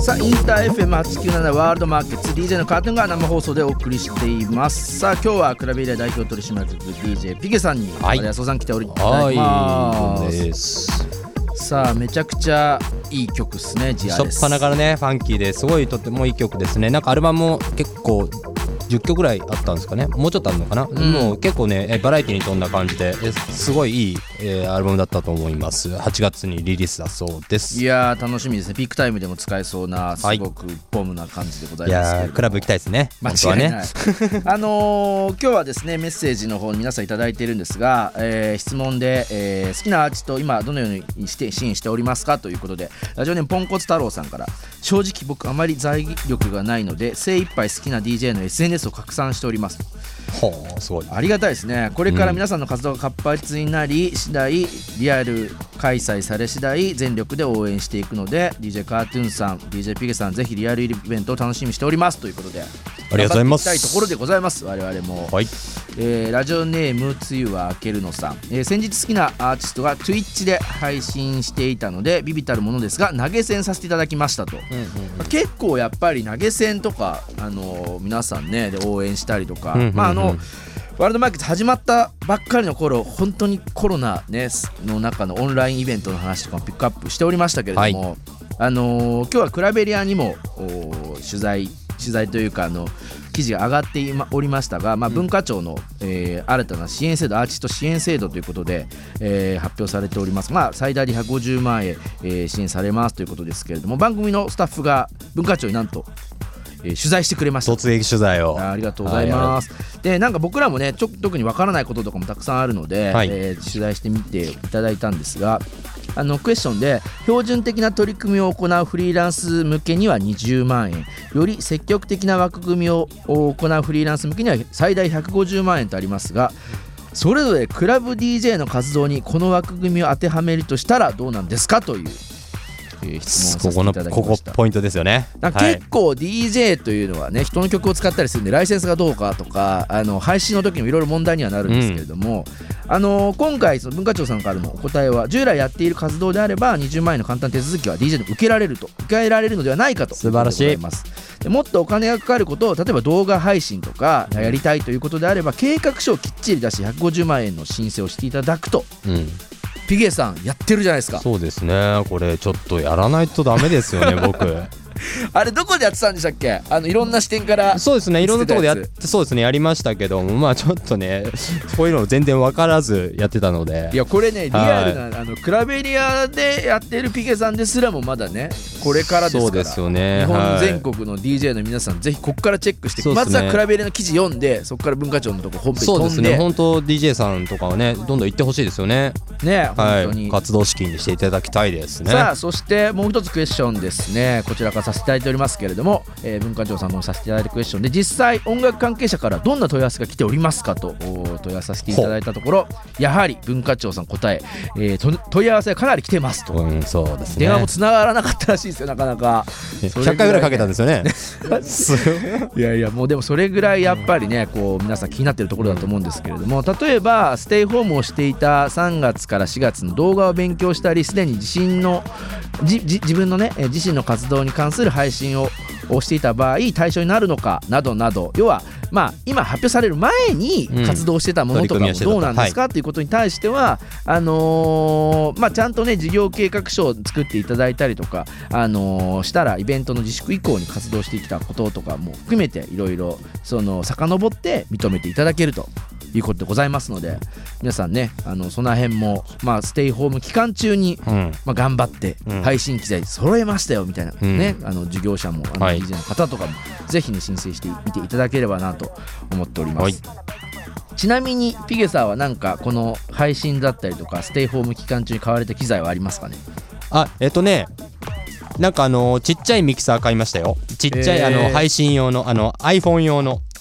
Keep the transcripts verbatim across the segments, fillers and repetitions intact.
さあインター エフエムはちきゅうなな ワールドマーケッツ ディージェー のカートゥーンが生放送でお送りしています。さあ今日はクラブエリア代表取締役 ディージェー ピゲさんに安田さん来ております。 はいです。 さあめちゃくちゃいい曲ですね。ジアです。 しょっぱなからねファンキーですごいとてもいい曲ですね。なんかアルバムも結構じゅっきょくぐらいあったんですかね。もうちょっとあるのかな、うん、もう結構ねバラエティに富んだ感じですごいいい、えー、アルバムだったと思います。はちがつにリリースだそうです。 いやー楽しみですね。ピークタイムでも使えそうなすごくボムな感じでございますけど、 いやークラブ行きたいですね。 間違いない、ね、あのー、今日はですねメッセージの方に皆さんいただいているんですが、えー、質問で、えー、好きなアーティスト今どのようにして支援しておりますかということで、ラジオネームポンコツ太郎さんから、正直僕あまり財力がないので精一杯好きな ディージェー の エスエヌエス を拡散しております。 はあ、すごいありがたいですね。これから皆さんの活動が活発になり次第、リアル開催され次第全力で応援していくので ディージェー カートゥーンさん ディージェー ピゲさんぜひリアルイベントを楽しみにしておりますということで、 ありがとうございます。 頑張っていきたいところでございます。我々も、 はい。 えー、ラジオネームつゆはあけるのさん、えー、先日好きなアーティストが Twitch で配信していたのでビビたるものですが投げ銭させていただきましたと、うんうんうん、結構やっぱり投げ銭とか、あのー、皆さんねで応援したりとか、うんうんうん、まああのワールドマーケット始まったばっかりの頃本当にコロナ、ね、の中のオンラインイベントの話とかもピックアップしておりましたけれども、はい、あのー、今日はクラベリアにも取材取材というかあの記事が上がっておりましたが、まあ、文化庁の、えー、新たな支援制度アーティスト支援制度ということで、えー、発表されております。まあ、最大でひゃくごじゅうまんえん、えー、支援されますということですけれども、番組のスタッフが文化庁になんとえー、取材してくれました。 突撃取材をあ, ありがとうございます、はい、でなんか僕らもねちょ特にわからないこととかもたくさんあるので、はい、えー、取材してみていただいたんですが、あのクエスチョンで標準的な取り組みを行うフリーランス向けにはにじゅうまんえん、より積極的な枠組みを行うフリーランス向けには最大ひゃくごじゅうまんえんとありますが、それぞれクラブ ディージェー の活動にこの枠組みを当てはめるとしたらどうなんですかというえー、質問をさせていただきました。 ここのここポイントですよね。 結構 ディージェー というのはね、人の曲を使ったりするんでライセンスがどうかとかあの配信の時にもいろいろ問題にはなるんですけれども、うん、あの今回その文化庁さんからのお答えは、従来やっている活動であればにじゅうまんえんの簡単手続きは ディージェー で受けられると受けられるのではないかと。 素晴らしい。 でもっとお金がかかることを例えば動画配信とかやりたいということであれば計画書をきっちり出しひゃくごじゅうまんえんの申請をしていただくと、うん、ピゲさんやってるじゃないですか。 そうですね。これちょっとやらないとダメですよね僕あれどこでやってたんでしたっけ。あのいろんな視点から。 そうですね、いろんなところでやってそうですねやりましたけども、まあちょっとねこういうの全然分からずやってたので、 いやこれねリアルな、はい、あのクラベリアでやってるピゲさんですらもまだねこれからですから。 そうですよね。 日本全国の ディージェー の皆さん、はい、ぜひここからチェックして、ね、まずはクラベリアの記事読んでそこから文化庁のとこホームページ飛んで。 そうですね、本当 ディージェー さんとかはねどんどん行ってほしいですよね。 ね、 はい、 本当に活動資金にしていただきたいですね。 さあそしてもう一つクエスチョンですね、こちらからさせていただいておりますけれども、えー、文化庁さんもさせていただいたクエスチョンで、実際音楽関係者からどんな問い合わせが来ておりますかと問い合わせさせていただいたところ、やはり文化庁さん答ええー、問い合わせがかなり来てますと、 うん、そうですね、 電話もつながらなかったらしいですよ。なかなかひゃっかいぐらいかけたんですよねいやいやもうでもそれぐらいやっぱりねこう皆さん気になってるところだと思うんですけれども、例えばステイホームをしていたさんがつからしがつの動画を勉強したり、すでに自身のじじ自分のね自身の活動に関する配信ををしていた場合対象になるのかなどなど、要はまあ今発表される前に活動してたものとかもどうなんですかっていうことに対しては、あのーまあちゃんとね事業計画書を作っていただいたりとか、あのーしたらイベントの自粛以降に活動してきたこととかも含めていろいろその遡って認めていただけるということでございますので、皆さんねあのその辺もまあステイホーム期間中に、うんまあ、頑張って配信機材揃えましたよみたいなね、うん、あの事業者もあの ディージェー の方とかもぜひね申請してみていただければなと思っております、はい。ちなみにピゲさんはなんかこの配信だったりとかステイホーム期間中に買われた機材はありますかね。 あえっとねなんかあのちっちゃいミキサー買いましたよ。ちっちゃい、えー、あの配信用のあの iPhone 用の。 あ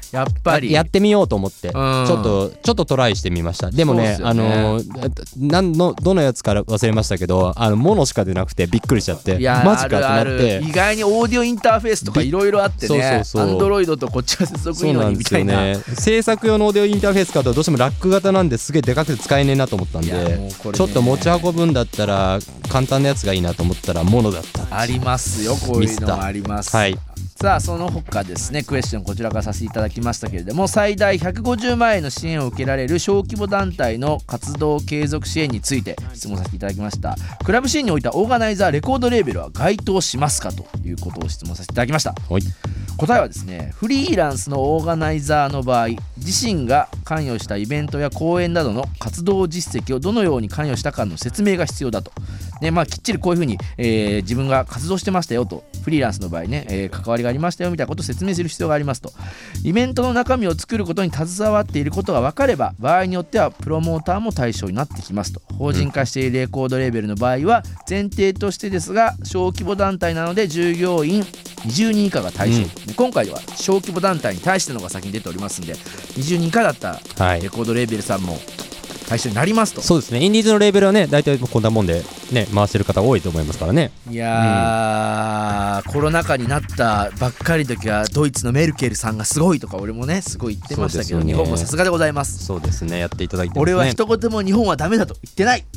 やっぱりやってみようと思って、 うん、 ちょっとちょっとトライしてみました。でも ね, そうっあすよねのなんのどのやつから忘れましたけど、あのモノしか出なくてびっくりしちゃって、 いやマジかってなって、 あるある意外にオーディオインターフェースとかいろいろあってね、 そうそうそうアンドロイドとこっちは接続いいのにみたいな。 そうなんですよね。制作用のオーディオインターフェース買うとどうしてもラック型なんですげえでかくて使えねえなと思ったんで、 いやもうこれねちょっと持ち運ぶんだったら簡単なやつがいいなと思ったらモノだった。 ありますよ、こういうのもあります。 はい。 さあその他ですね、クエスチョンこちらからさせていただきましたけれども、最大ひゃくごじゅうまんえんの支援を受けられる小規模団体の活動継続支援について質問させていただきました。クラブシーンにおいてオーガナイザーレコードレーベルは該当しますかということを質問させていただきました。 はい。 答えはですね、フリーランスのオーガナイザーの場合、自身が関与したイベントや講演などの活動実績をどのように関与したかの説明が必要だと、ねまあ、きっちりこういうふうに、えー、自分が活動してましたよと、フリーランスの場合ね、えー、関わりがありましたよみたいなことを説明する必要がありますと。イベントの中身を作ることに携わっていることが分かれば、場合によってはプロモーターも対象になってきますと。法人化しているレコードレーベルの場合は前提としてですが、小規模団体なので従業員にじゅうにん以下が対象、うん、今回では小規模団体に対してのが先に出ておりますんで、にじゅうにん以下だったレコードレーベルさんも対象になりますと。 そうですね。インディーズのレーベルはね、大体こんなもんでね回してる方多いと思いますからね。 いやー、うん、コロナ禍になったばっかりの時はドイツのメルケルさんがすごいとか俺もねすごい言ってましたけど、ね、日本もさすがでございます。 そうですね、やっていただいてますね。 俺は一言も日本はダメだと言ってない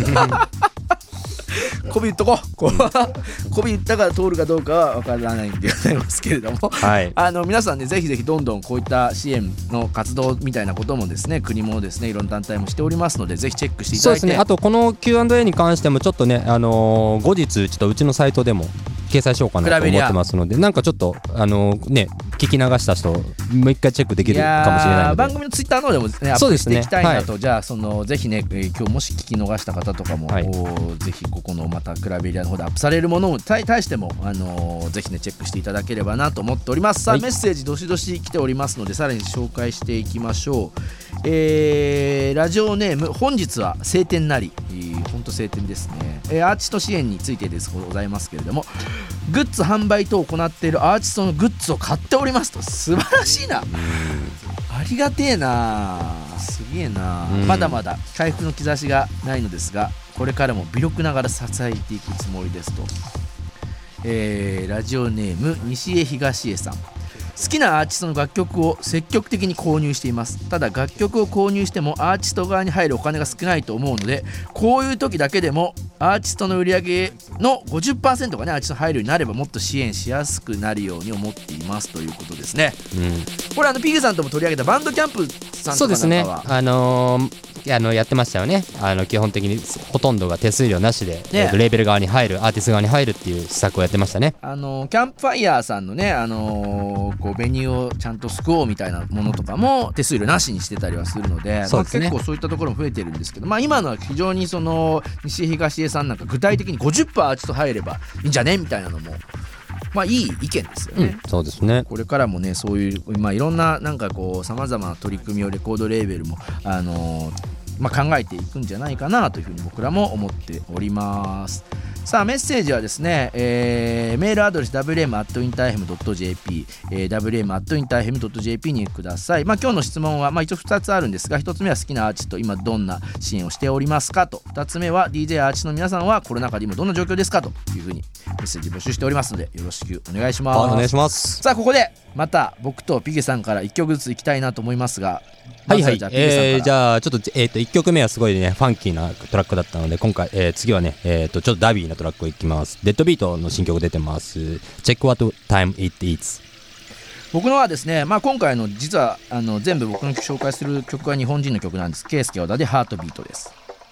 こび言っとこうこび言ったから通るかどうかは分からないんでございますけれども、はい、あの皆さんねぜひぜひどんどんこういった支援の活動みたいなこともですね、国もですねいろんな団体もしておりますので、ぜひチェックしていただいて。 そうですね。あとこの キューアンドエー に関してもちょっとね、あのー、後日ちょっとうちのサイトでも掲載しようかなと思ってますので、なんかちょっとあのー、ね聞き流した人もう一回チェックできるかもしれないので、 番組のツイッターの方でも、ね、アップしていきたいなと、はい、じゃあそのぜひね、えー、今日もし聞き逃した方とかも、はい、ぜひここのまたクラベリアの方でアップされるものに対しても、あのー、ぜひねチェックしていただければなと思っております。さあ、はい、メッセージどしどし来ておりますのでさらに紹介していきましょう。えー、ラジオネーム本日は晴天なり、本当晴天ですね、えー、アーティスト支援についてですございますけれども、グッズ販売等を行っているアーティストのグッズを買っておりますと。素晴らしいな、ありがてえな、すげえな。まだまだ回復の兆しがないのですが、これからも微力ながら支えていくつもりですと。えー、ラジオネーム西江東江さん、好きなアーティストの楽曲を積極的に購入しています。ただ楽曲を購入してもアーティスト側に入るお金が少ないと思うので、こういう時だけでもアーティストの売り上げの ごじゅっパーセント がねアーティストに入るようになればもっと支援しやすくなるように思っていますということですね、うん、これあのピグさんとも取り上げたバンドキャンプさんとかなんかは。 そうですね、あのーあのやってましたよね。あの基本的にほとんどが手数料なしで、ね、レーベル側に入る、アーティスト側に入るっていう施策をやってましたね。 あのキャンプファイヤーさんのね、あのー、こうベニューをちゃんと救おうみたいなものとかも手数料なしにしてたりはするので、 そうですね、 まあ、結構そういったところも増えてるんですけど、まあ、今のは非常にその西東江さんなんか具体的に ごじゅっパーセント アーティスト入ればいいんじゃねみたいなのもまあいい意見ですよね、 うん、そうですね。 これからもねそういう、まあ、いろんななんかこうさまざまな取り組みをレコードレーベルもあのーまあ、考えていくんじゃないかなというふうに僕らも思っております。さあメッセージはですね、えー、メールアドレス ダブリューエムアットインターエフエムドットジェーピー、えー、ダブリューエムアットインターエフエムドットジェーピー にください。まあ、今日の質問は、まあ、一応ふたつあるんですが、ひとつめは好きなアーティスト今どんな支援をしておりますかと、ふたつめは ディージェー アーティストの皆さんはコロナ禍で今どんな状況ですかというふうにメッセージ募集しておりますのでよろしくお願いします。 お願いします。 さあここでまた僕とピゲさんからいっきょくずついきたいなと思いますが、 はいはい、じゃあ、えー、じゃあちょっと、えー、といっきょくめはすごいねファンキーなトラックだったので今回、えー、次はね、えー、とちょっとダビーなトラックをいきます。デッドビートの新曲出てます。 Check what time it is。 僕のはですね、まあ、今回の実はあの全部僕の紹介する曲は日本人の曲なんです。ケイスケ小田でハートビートです。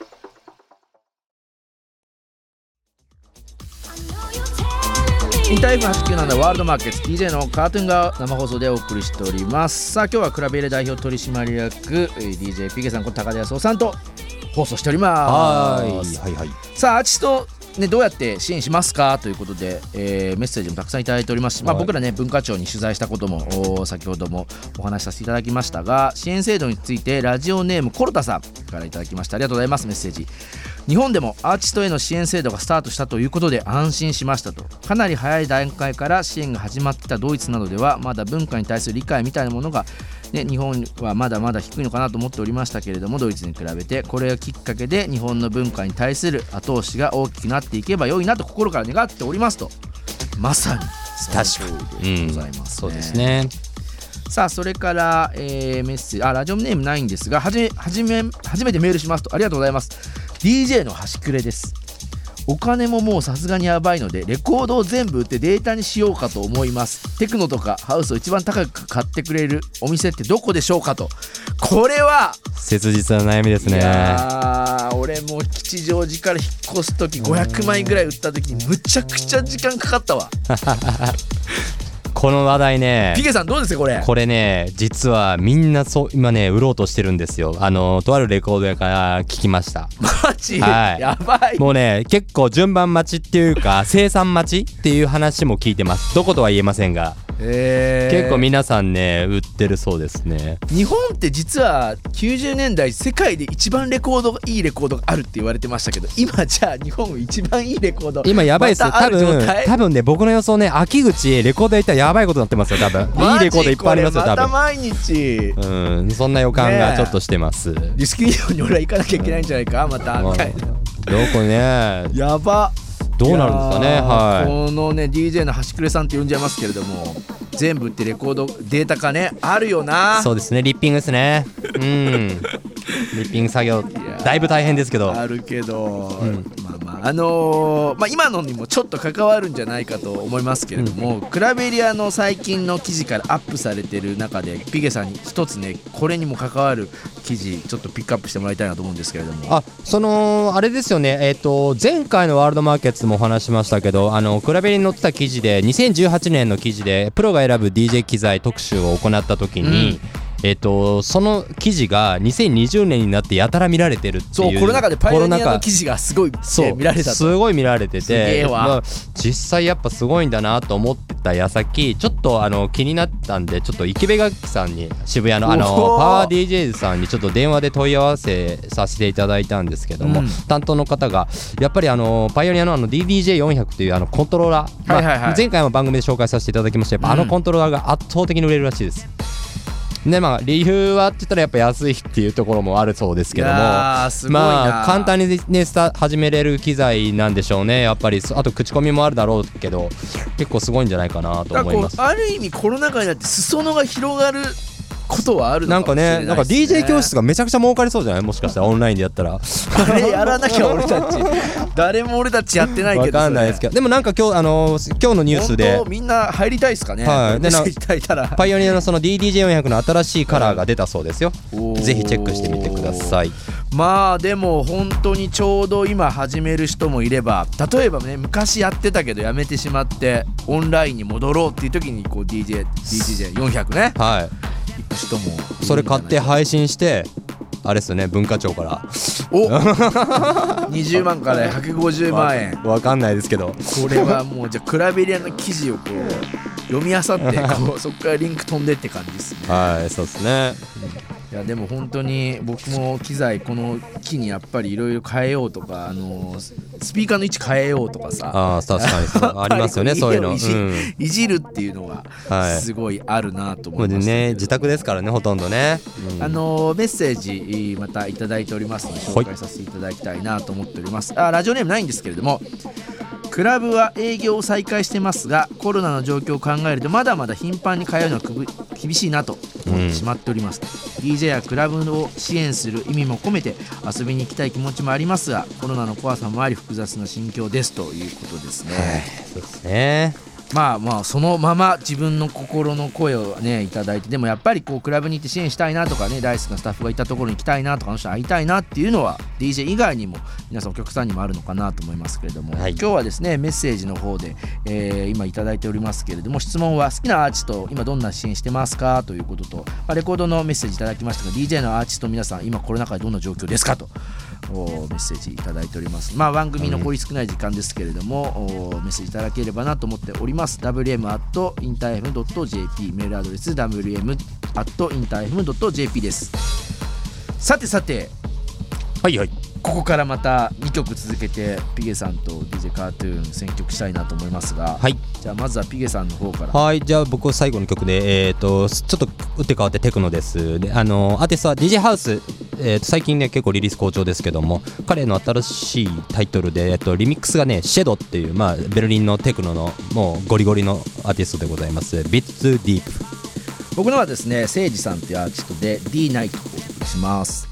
インターエフエムはちきゅうななワールドマーケット ディージェー のカートゥーンが生放送でお送りしております。さあ今日はクラベーレ代表取締役 ディージェー ピゲさんこと高田康夫さんと放送しております。 はいはいはい。 さあアーティストね、どうやって支援しますかということで、えー、メッセージもたくさんいただいておりますし、まあ、僕らね文化庁に取材したことも先ほどもお話しさせていただきましたが、支援制度についてラジオネームコロタさんからいただきました。ありがとうございます。メッセージ日本でもアーティストへの支援制度がスタートしたということで安心しましたと。かなり早い段階から支援が始まっていたドイツなどではまだ文化に対する理解みたいなものが、ね、日本はまだまだ低いのかなと思っておりましたけれども、ドイツに比べてこれをきっかけで日本の文化に対する後押しが大きくなっていけば良いなと心から願っておりますと。まさにその通りでございますね、うん、 そうですね。 さあそれから、えー、メッセージ、あラジオネームないんですが、はじめはじめ初めてメールしますと。ありがとうございます。 ディージェー の端くれです。お金ももうさすがにやばいのでレコードを全部売ってデータにしようかと思います。テクノとかハウスを一番高く買ってくれるお店ってどこでしょうかと。これは切実な悩みですね。 いや俺も吉祥寺から引っ越す時ごひゃくまいぐらい売った時にむちゃくちゃ時間かかったわこの話題ね、 ピケさんどうですかこれ。 これね実はみんなそう今ね売ろうとしてるんですよ。あのとあるレコード屋から聞きました。 マジ、 はい、 やばい。 もうね結構順番待ちっていうか生産待ちっていう話も聞いてます。どことは言えませんが、 えー、 結構皆さんね売ってるそうですね。 日本って実はきゅうじゅうねんだい世界で一番レコードがいいレコードがあるって言われてましたけど、今じゃあ日本一番いいレコード今やばいっす、 またあ多分る状態。 多分ね僕の予想ね秋口レコード屋行ったらやばいことになってますよ多分。いいレコードいっぱいありますよ多分。 また毎日うんそんな予感がちょっとしてます、ね、 リスキーに俺は行かなきゃいけないんじゃないかまたみたいな。 どこねやばどうなるんですかね。はいこのね ディージェー の端くれさんって呼んじゃいますけれども、全部ってレコードデータ化ねあるよな。 そうですねリッピングですね。うんリッピング作業だいぶ大変ですけどあるけど、 うん、 まあまああのーまあ、今のにもちょっと関わるんじゃないかと思いますけれども、うん、クラベリアの最近の記事からアップされてる中でピゲさんに一つねこれにも関わる記事ちょっとピックアップしてもらいたいなと思うんですけれども、 あそのあれですよね、えーと前回のワールドマーケッツもお話しましたけど、あのクラベリに載ってた記事でにせんじゅうはちねんの記事でプロが選ぶ ディージェー 機材特集を行った時に、うんえー、とその記事がにせんにじゅうねんになってやたら見られてるっていう。 そうコロナ禍でパイオニアの記事がすごい、ね、見られたと。 すごい見られてて、 まあ、 実際やっぱすごいんだなと思ってた矢先ちょっとあの気になったんでちょっと池部楽器さんに渋谷のあのパワー ディージェー さんにちょっと電話で問い合わせさせていただいたんですけども、うん、担当の方がやっぱりあのパイオニアのあの ディーディージェーよんひゃく というあのコントローラー、はいはいはい、前回も番組で紹介させていただきましたが、うん、あのコントローラーが圧倒的に売れるらしいです。ねまあ、理由はって言ったらやっぱ安いっていうところもあるそうですけども、まあ簡単にねスタ始めれる機材なんでしょうねやっぱり。あと口コミもあるだろうけど結構すごいんじゃないかなと思います。 ある意味コロナ禍になって裾野が広がることはあるのかもしれないですね。 なんかねなんか ディージェー 教室がめちゃくちゃ儲かりそうじゃない、もしかしたらオンラインでやったらあれやらなきゃ俺たち誰も俺たちやってないけどわかんないですけど、でもなんか今日あのー、今日のニュースで本当みんな入りたいですかね。 はい、でなパイオニアのその ディーディージェーよんひゃく の新しいカラーが出たそうですよ、うん、ぜひチェックしてみてください。 まあでも本当にちょうど今始める人もいれば、例えばね昔やってたけどやめてしまってオンラインに戻ろうっていう時にこう ディージェー ディーディージェーよんひゃく ね、 はい行く人もそれ買って配信してあれですよね文化庁からおにじゅうまんからひゃくごじゅうまんえんわかんないですけど、これはもうじゃあクラベリアの記事をこう読み漁ってこうそこからリンク飛んでって感じですね。 はいそうですね。 いやでも本当に僕も機材この機にやっぱりいろいろ変えようとか、あのスピーカーの位置変えようとかさ、 あ確かにそうありますよねそういうの、 いじ、うん、いじるっていうのがすごいあるなと思います、 ね、自宅ですからねほとんどね、 うん、あのメッセージまたいただいておりますので紹介させていただきたいなと思っております。あラジオネームないんですけれども、クラブは営業を再開してますがコロナの状況を考えるとまだまだ頻繁に通うのは厳しいなと思ってしまっております、うん、ディージェー やクラブを支援する意味も込めて遊びに行きたい気持ちもありますがコロナの怖さもあり複雑な心境ですということですね、はい、 そうですね。 まあまあそのまま自分の心の声をねいただいて、でもやっぱりこうクラブに行って支援したいなとかね、大好きなスタッフがいたところに行きたいなとかあの人会いたいなっていうのは ディージェー 以外にも皆さんお客さんにもあるのかなと思いますけれども、はい、今日はですねメッセージの方で、えー、今いただいておりますけれども、質問は好きなアーティスト今どんな支援してますかということと、まあ、レコードのメッセージいただきましたが ディージェー のアーティスト皆さん今コロナ禍でどんな状況ですかとメッセージいただいております。まあ番組残り少ない時間ですけれども、うん、メッセージいただければなと思っております。 ダブリューエム アット インターエフエム ドット ジェーピー メールアドレス ダブリューエム アット インターエフエム ドット ジェーピー です。さてさてはいはいここからまたにきょく続けてピゲさんと ディージェー カートゥーン選曲したいなと思いますが、 はい、 じゃあまずはピゲさんの方から。 はい、じゃあ僕は最後の曲で、えー、とちょっと打って変わってテクノです。であのアーティストは ディージェー ハウス、えー、と最近ね結構リリース好調ですけども、彼の新しいタイトルで、えー、とリミックスがねシェドっていう、まあ、ベルリンのテクノのもうゴリゴリのアーティストでございます。 Bit Too Deep。 僕のはですね、セイジさんっていうアーティストで D ナイトをお送りします。